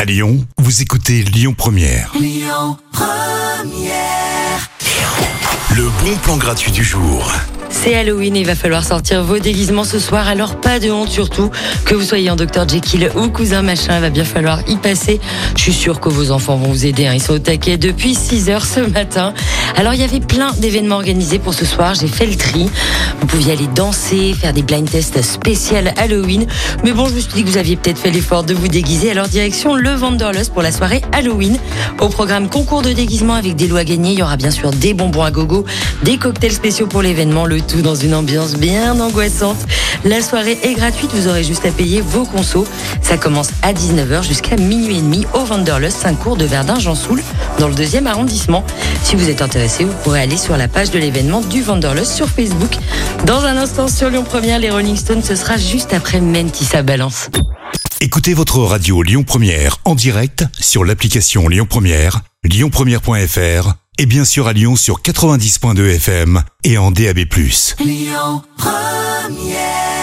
À Lyon, vous écoutez Lyon Première. Lyon Première. Le bon plan gratuit du jour. C'est Halloween et il va falloir sortir vos déguisements ce soir, alors pas de honte surtout, que vous soyez en Dr Jekyll ou cousin machin, il va bien falloir y passer. Je suis sûre que vos enfants vont vous aider, ils sont au taquet depuis 6h ce matin. Alors il y avait plein d'événements organisés pour ce soir, j'ai fait le tri. Vous pouviez aller danser, faire des blind tests spécial Halloween, mais bon, je me suis dit que vous aviez peut-être fait l'effort de vous déguiser, alors direction le Wanderlust pour la soirée Halloween. Au programme concours de déguisement avec des lots à gagner, il y aura bien sûr des bonbons à gogo, des cocktails spéciaux pour l'événement, le tout dans une ambiance bien angoissante. La soirée est gratuite, vous aurez juste à payer vos consos. Ça commence à 19h jusqu'à minuit et demi au Wanderlust, 5 cours de Verdun-Jean-Soul, dans le 2e arrondissement. Si vous êtes intéressé, vous pourrez aller sur la page de l'événement du Wanderlust sur Facebook. Dans un instant sur Lyon Première, les Rolling Stones, ce sera juste après Mentissa Balance. Écoutez votre radio Lyon Première en direct sur l'application Lyon Première, lyonpremière.fr et bien sûr à Lyon sur 90.2 FM et en DAB+. Lyon Première.